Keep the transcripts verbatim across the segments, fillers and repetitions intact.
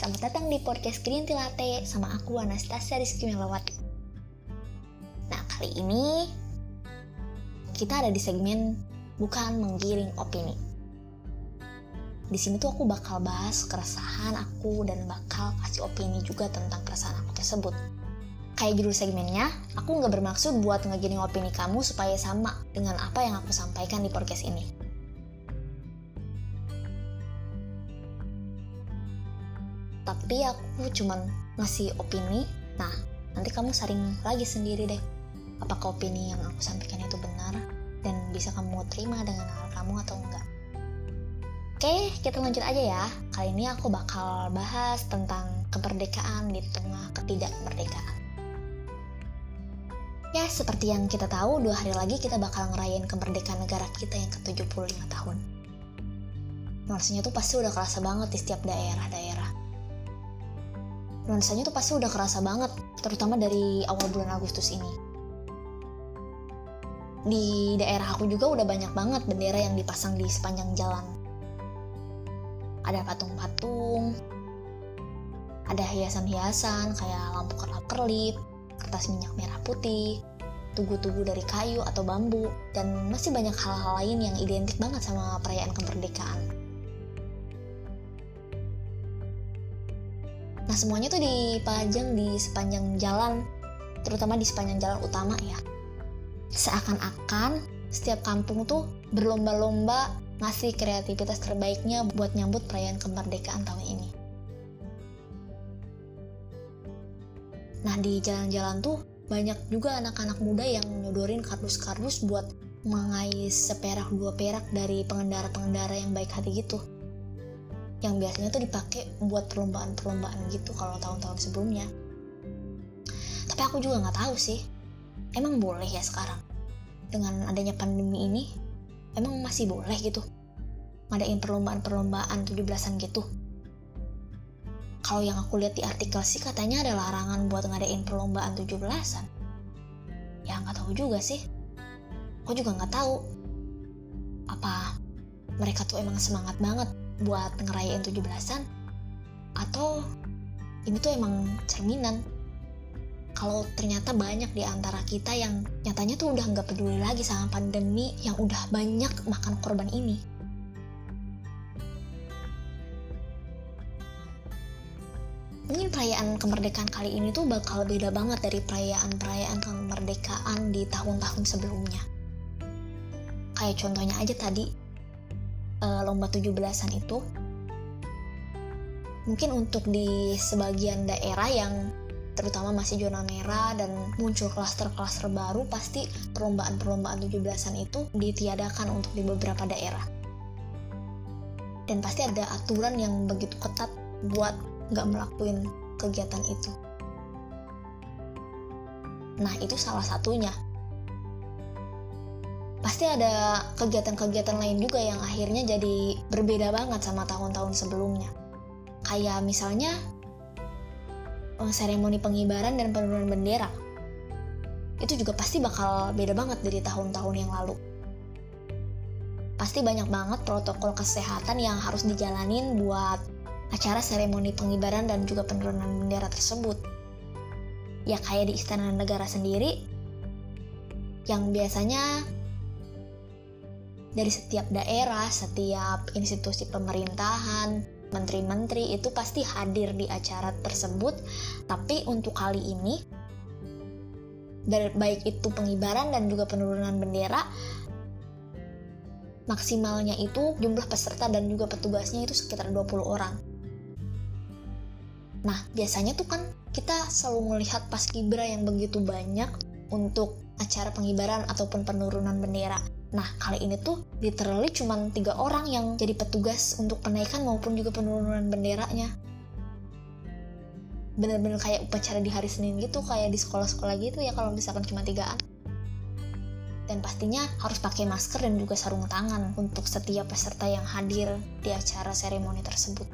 Selamat datang di podcast Green Tea Latte sama aku Anastasia Rizky Melawati. Nah, kali ini kita ada di segmen bukan menggiring opini. Di sini tuh aku bakal bahas keresahan aku dan bakal kasih opini juga tentang keresahan aku tersebut. Kayak judul segmennya, aku nggak bermaksud buat ngegiring opini kamu supaya sama dengan apa yang aku sampaikan di podcast ini. Tapi aku cuman ngasih opini. Nah, nanti kamu saring lagi sendiri deh, apakah opini yang aku sampaikan itu benar dan bisa kamu terima dengan hal kamu atau enggak. Oke, kita lanjut aja ya. Kali ini aku bakal bahas tentang kemerdekaan di tengah ketidakmerdekaan. Ya, seperti yang kita tahu, dua hari lagi kita bakal ngerayain kemerdekaan negara kita yang ke tujuh puluh lima tahun. Nuansanya tuh pasti udah kerasa banget di setiap daerah-daerah. Nuansanya tuh pasti udah kerasa banget, terutama dari awal bulan Agustus ini. Di daerah aku juga udah banyak banget bendera yang dipasang di sepanjang jalan. Ada patung-patung, ada hiasan-hiasan kayak lampu kerlap-kerlip, kertas minyak merah putih, tugu-tugu dari kayu atau bambu, dan masih banyak hal-hal lain yang identik banget sama perayaan kemerdekaan. Nah, semuanya tuh dipajang di sepanjang jalan, terutama di sepanjang jalan utama ya. Seakan-akan setiap kampung tuh berlomba-lomba ngasih kreativitas terbaiknya buat nyambut perayaan kemerdekaan tahun ini. Nah, di jalan-jalan tuh banyak juga anak-anak muda yang nyodorin kardus-kardus buat mengais seperak dua perak dari pengendara-pengendara yang baik hati gitu, yang biasanya tuh dipakai buat perlombaan-perlombaan gitu kalau tahun-tahun sebelumnya. Tapi aku juga nggak tahu sih, emang boleh ya sekarang dengan adanya pandemi ini, emang masih boleh gitu ngadain perlombaan-perlombaan tujuh belasan gitu. Kalau yang aku lihat di artikel sih katanya ada larangan buat ngadain perlombaan tujuh belasan. Ya nggak tahu juga sih, aku juga nggak tahu apa mereka tuh emang semangat banget buat ngerayain tujuh belasan atau ini tuh emang cerminan kalau ternyata banyak di antara kita yang nyatanya tuh udah nggak peduli lagi sama pandemi yang udah banyak makan korban ini. Mungkin perayaan kemerdekaan kali ini tuh bakal beda banget dari perayaan-perayaan kemerdekaan di tahun-tahun sebelumnya. Kayak contohnya aja tadi, lomba tujuh belasan itu, mungkin untuk di sebagian daerah yang terutama masih zona merah dan muncul klaster-klaster baru, pasti perlombaan-perlombaan tujuh belasan itu ditiadakan untuk di beberapa daerah. Dan pasti ada aturan yang begitu ketat buat nggak melakukan kegiatan itu. Nah, itu salah satunya. Pasti ada kegiatan-kegiatan lain juga yang akhirnya jadi berbeda banget sama tahun-tahun sebelumnya. Kayak misalnya seremoni pengibaran dan penurunan bendera. Itu juga pasti bakal beda banget dari tahun-tahun yang lalu. Pasti banyak banget protokol kesehatan yang harus dijalanin buat acara seremoni pengibaran dan juga penurunan bendera tersebut. Ya kayak di Istana Negara sendiri, yang biasanya dari setiap daerah, setiap institusi pemerintahan, menteri-menteri itu pasti hadir di acara tersebut. Tapi untuk kali ini, baik itu pengibaran dan juga penurunan bendera, maksimalnya itu jumlah peserta dan juga petugasnya itu sekitar dua puluh orang. Nah, biasanya tuh kan kita selalu melihat paskibra yang begitu banyak untuk acara pengibaran ataupun penurunan bendera. Nah, kali ini tuh literally cuma tiga orang yang jadi petugas untuk penaikan maupun juga penurunan benderanya. Bener-bener kayak upacara di hari Senin gitu, kayak di sekolah-sekolah gitu ya kalau misalkan cuma tigaan. Dan pastinya harus pakai masker dan juga sarung tangan untuk setiap peserta yang hadir di acara seremoni tersebut.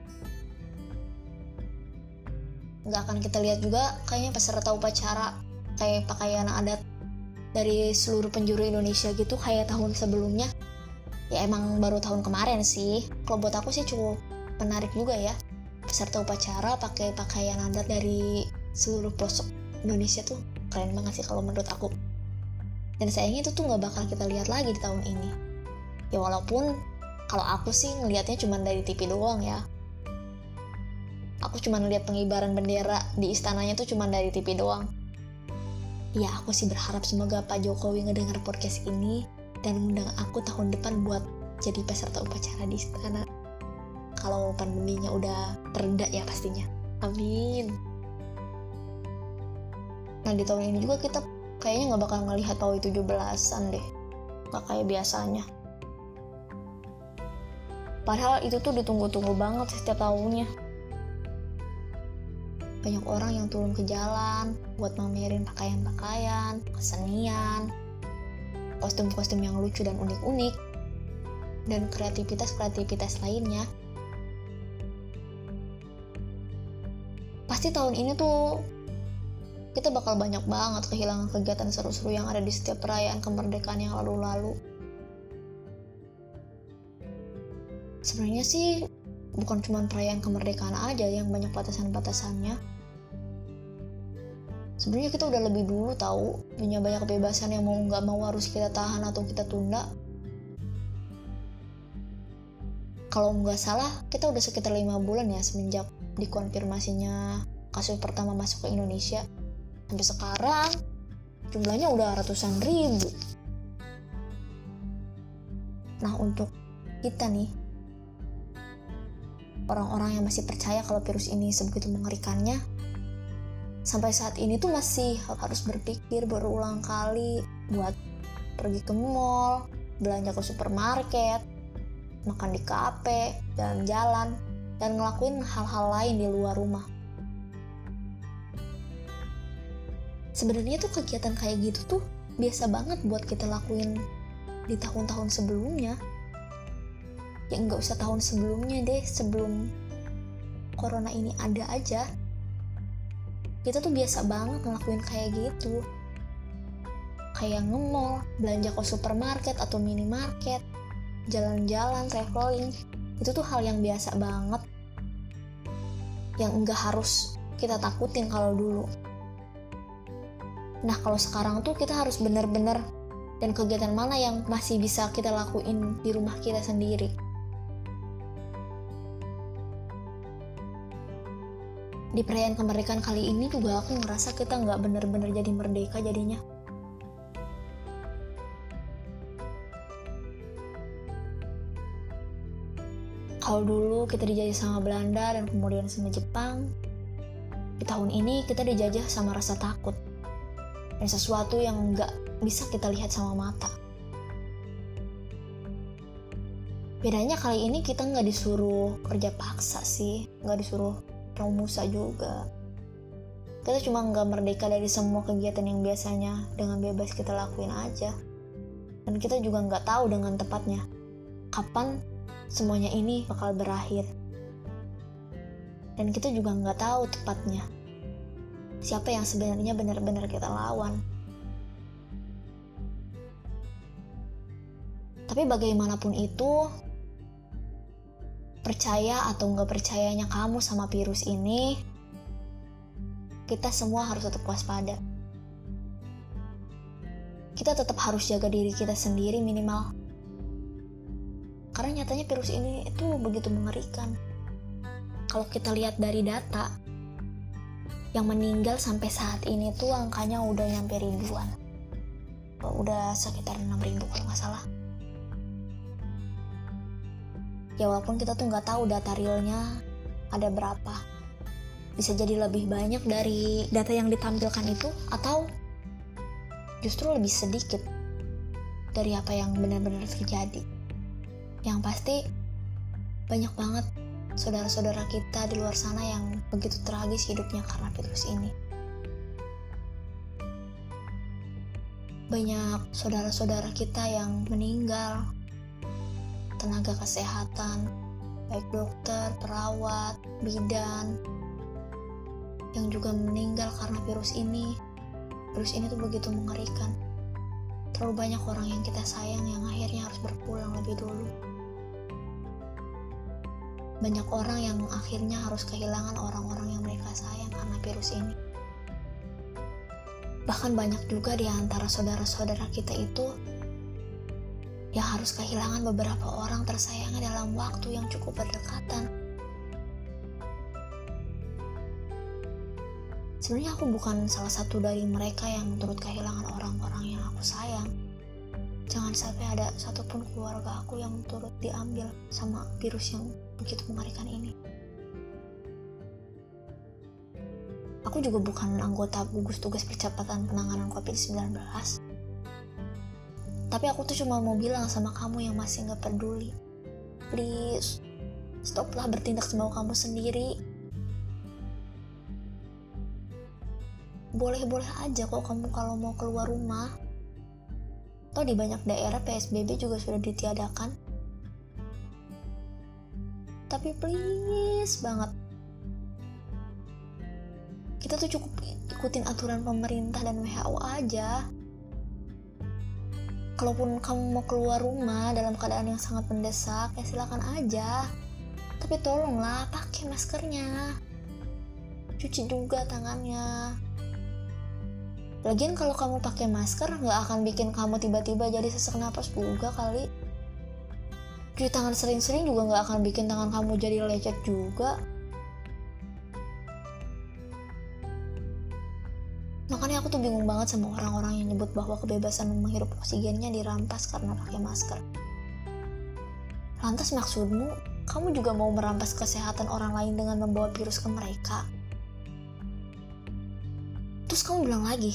Nggak akan kita lihat juga kayaknya peserta upacara kayak pakaian adat dari seluruh penjuru Indonesia gitu kayak tahun sebelumnya. Ya emang baru tahun kemarin sih. Kalau buat aku sih cukup menarik juga ya. peserta upacara pakai pakaian adat dari seluruh pelosok Indonesia tuh keren banget sih kalau menurut aku. Dan sayangnya itu tuh nggak bakal kita lihat lagi di tahun ini. Ya walaupun kalau aku sih ngelihatnya cuma dari T V doang ya. Aku cuma ngeliat pengibaran bendera di istananya tuh cuma dari T V doang. Ya aku sih berharap semoga Pak Jokowi ngedengar podcast ini dan mengundang aku tahun depan buat jadi peserta upacara di istana. Kalau pandeminya udah reda ya pastinya. Amin. Nah di tahun ini juga kita kayaknya gak bakal ngelihat pawai tujuh belasan deh. Gak kayak biasanya. Padahal itu tuh ditunggu-tunggu banget setiap tahunnya. Banyak orang yang turun ke jalan buat mamerin pakaian-pakaian, kesenian, kostum-kostum yang lucu dan unik-unik, dan kreativitas-kreativitas lainnya. Pasti tahun ini tuh kita bakal banyak banget kehilangan kegiatan seru-seru yang ada di setiap perayaan kemerdekaan yang lalu-lalu. Sebenarnya sih bukan cuma perayaan kemerdekaan aja yang banyak batasan-batasannya. Sebenarnya kita udah lebih dulu tahu punya banyak kebebasan yang mau nggak mau harus kita tahan atau kita tunda. Kalau nggak salah kita udah sekitar lima bulan ya semenjak dikonfirmasinya kasus pertama masuk ke Indonesia. Sampai sekarang jumlahnya udah ratusan ribu. Nah untuk kita nih, orang-orang yang masih percaya kalau virus ini sebegitu mengerikannya, sampai saat ini tuh masih harus berpikir berulang kali buat pergi ke mall, belanja ke supermarket, makan di kafe, jalan-jalan, dan ngelakuin hal-hal lain di luar rumah. Sebenarnya tuh kegiatan kayak gitu tuh biasa banget buat kita lakuin di tahun-tahun sebelumnya. Ya nggak usah tahun sebelumnya deh, sebelum corona ini ada aja. Kita tuh biasa banget ngelakuin kayak gitu. Kayak nge-mall, belanja ke supermarket atau minimarket, jalan-jalan, traveling. Itu tuh hal yang biasa banget, yang nggak harus kita takutin kalau dulu. Nah kalau sekarang tuh kita harus bener-bener, dan kegiatan mana yang masih bisa kita lakuin di rumah kita sendiri. Di perayaan kemerdekaan kali ini juga aku ngerasa kita nggak bener-bener jadi merdeka jadinya. Kalau dulu kita dijajah sama Belanda dan kemudian sama Jepang, di tahun ini kita dijajah sama rasa takut dan sesuatu yang nggak bisa kita lihat sama mata. Bedanya kali ini kita nggak disuruh kerja paksa sih, nggak disuruh promusa juga. Kita cuma nggak merdeka dari semua kegiatan yang biasanya dengan bebas kita lakuin aja. Dan kita juga nggak tahu dengan tepatnya kapan semuanya ini bakal berakhir. Dan kita juga nggak tahu tepatnya siapa yang sebenarnya benar-benar kita lawan. Tapi bagaimanapun itu, percaya atau nggak percayanya kamu sama virus ini, kita semua harus tetap waspada. Kita tetap harus jaga diri kita sendiri minimal. Karena nyatanya virus ini itu begitu mengerikan. Kalau kita lihat dari data, yang meninggal sampai saat ini tuh angkanya udah nyampe ribuan. Udah sekitar enam ribu kalau nggak salah. Ya walaupun kita tuh nggak tahu data realnya ada berapa. Bisa jadi lebih banyak dari data yang ditampilkan itu, atau justru lebih sedikit dari apa yang benar-benar terjadi. Yang pasti banyak banget saudara-saudara kita di luar sana yang begitu tragis hidupnya karena virus ini. Banyak saudara-saudara kita yang meninggal, tenaga kesehatan, baik dokter, perawat, bidan, yang juga meninggal karena virus ini. Virus ini tuh begitu mengerikan. Terlalu banyak orang yang kita sayang yang akhirnya harus berpulang lebih dulu. banyak orang yang akhirnya harus kehilangan orang-orang yang mereka sayang karena virus ini. Bahkan banyak juga di antara saudara-saudara kita itu yang harus kehilangan beberapa orang tersayangnya dalam waktu yang cukup berdekatan. Sebenarnya aku bukan salah satu dari mereka yang turut kehilangan orang-orang yang aku sayang. Jangan sampai ada satupun keluarga aku yang turut diambil sama virus yang begitu mengerikan ini. Aku juga bukan anggota gugus tugas percepatan penanganan covid sembilan belas. Tapi aku tuh cuma mau bilang sama kamu yang masih gak peduli. Please, stoplah bertindak semau kamu sendiri. Boleh-boleh aja kok kamu kalau mau keluar rumah. Toh di banyak daerah P S B B juga sudah ditiadakan. Tapi please banget, kita tuh cukup ikutin aturan pemerintah dan W H O aja. Kalaupun kamu mau keluar rumah dalam keadaan yang sangat mendesak, ya silakan aja. Tapi tolonglah pakai maskernya. Cuci juga tangannya. Lagian kalau kamu pakai masker nggak akan bikin kamu tiba-tiba jadi sesak napas juga kali. Cuci tangan sering-sering juga nggak akan bikin tangan kamu jadi lecet juga. Makanya aku tuh bingung banget sama orang-orang yang nyebut bahwa kebebasan menghirup oksigennya dirampas karena pakai masker. Lantas maksudmu, kamu juga mau merampas kesehatan orang lain dengan membawa virus ke mereka? Terus kamu bilang lagi,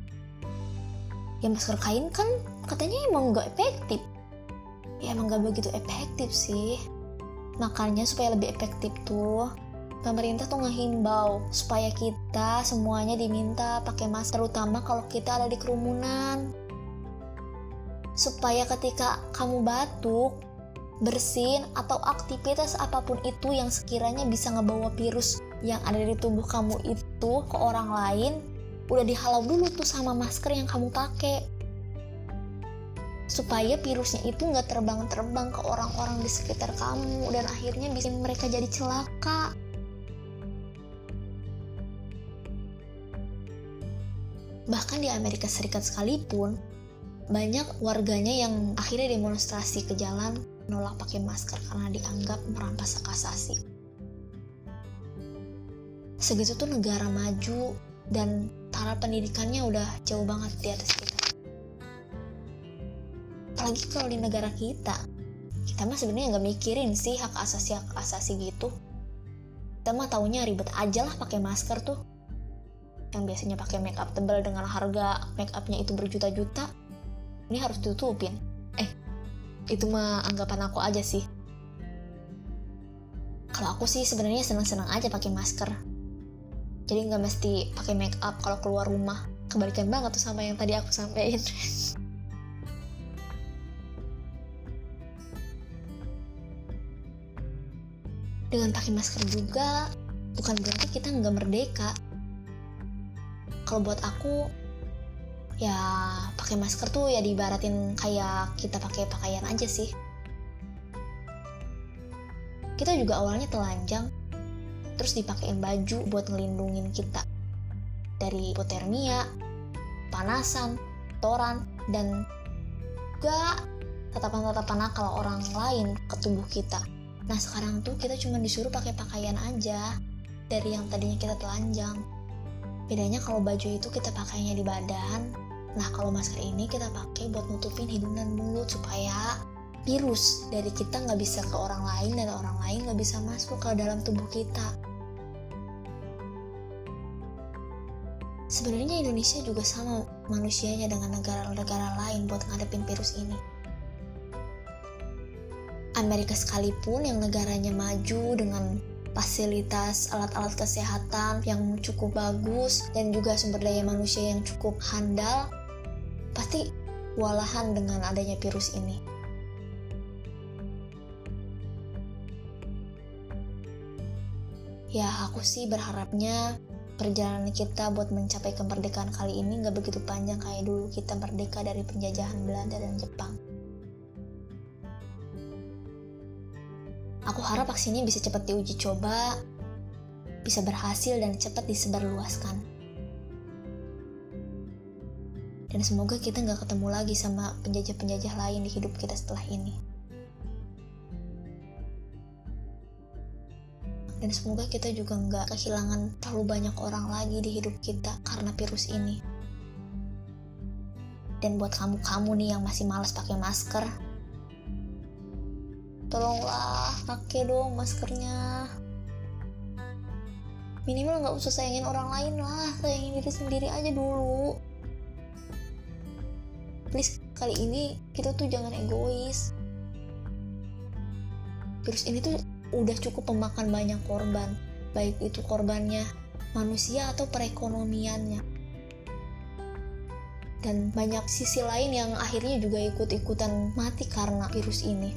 ya masker kain kan katanya emang gak efektif. Ya emang gak begitu efektif sih. Makanya supaya lebih efektif tuh, pemerintah tuh ngehimbau supaya kita semuanya diminta pakai masker, terutama kalau kita ada di kerumunan. Supaya ketika kamu batuk, bersin, atau aktivitas apapun itu yang sekiranya bisa ngebawa virus yang ada di tubuh kamu itu ke orang lain, udah dihalau dulu tuh sama masker yang kamu pakai. Supaya virusnya itu nggak terbang-terbang ke orang-orang di sekitar kamu dan akhirnya bikin mereka jadi celaka. Bahkan di Amerika Serikat sekalipun, banyak warganya yang akhirnya demonstrasi ke jalan menolak pakai masker karena dianggap merampas hak asasi. Segitu tuh negara maju dan taraf pendidikannya udah jauh banget di atas kita. Apalagi kalau di negara kita, kita mah sebenarnya nggak mikirin sih hak asasi hak asasi gitu. Kita mah taunya ribet aja lah pakai masker tuh. Yang biasanya pakai make up tebal dengan harga make upnya itu berjuta-juta, ini harus tutupin. Eh, itu mah anggapan aku aja sih. Kalau aku sih sebenarnya senang-senang aja pakai masker. Jadi nggak mesti pakai make up kalau keluar rumah. Kebalikan banget tuh sama yang tadi aku sampein. Dengan pakai masker juga bukan berarti kita nggak merdeka. Kalau buat aku, ya pakai masker tuh ya diibaratin kayak kita pakai pakaian aja sih. Kita juga awalnya telanjang, terus dipakein baju buat ngelindungin kita dari hipotermia, panasan, kotoran, dan juga tatapan-tatapan nakal orang lain ke tubuh kita. Nah sekarang tuh kita cuma disuruh pakai pakaian aja dari yang tadinya kita telanjang. Bedanya kalau baju itu kita pakainya di badan, nah kalau masker ini kita pakai buat nutupin hidung dan mulut supaya virus dari kita nggak bisa ke orang lain dan orang lain nggak bisa masuk ke dalam tubuh kita. Sebenarnya Indonesia juga sama manusianya dengan negara-negara lain buat ngadepin virus ini. Amerika sekalipun yang negaranya maju dengan fasilitas alat-alat kesehatan yang cukup bagus dan juga sumber daya manusia yang cukup handal, pasti kewalahan dengan adanya virus ini. Ya aku sih berharapnya perjalanan kita buat mencapai kemerdekaan kali ini gak begitu panjang kayak dulu kita merdeka dari penjajahan Belanda dan Jepang. Aku harap vaksin ini bisa cepat diuji coba, bisa berhasil dan cepat disebarluaskan. Dan semoga kita gak ketemu lagi sama penjajah-penjajah lain di hidup kita setelah ini. Dan semoga kita juga gak kehilangan terlalu banyak orang lagi di hidup kita karena virus ini. Dan buat kamu-kamu nih yang masih malas pakai masker, tolonglah pakai dong maskernya. Minimal gak usah sayangin orang lain lah, sayangin diri sendiri aja dulu. Please, kali ini kita tuh jangan egois. Virus ini tuh udah cukup memakan banyak korban, baik itu korbannya manusia atau perekonomiannya. Dan banyak sisi lain yang akhirnya juga ikut-ikutan mati karena virus ini.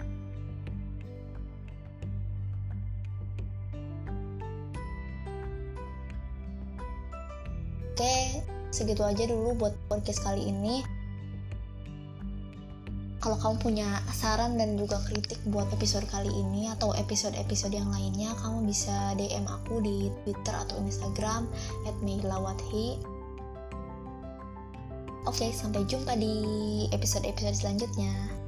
Oke, segitu aja dulu buat podcast kali ini. Kalau kamu punya saran dan juga kritik buat episode kali ini atau episode-episode yang lainnya, kamu bisa D M aku di Twitter atau Instagram at meilawathi. Oke, sampai jumpa di episode-episode selanjutnya.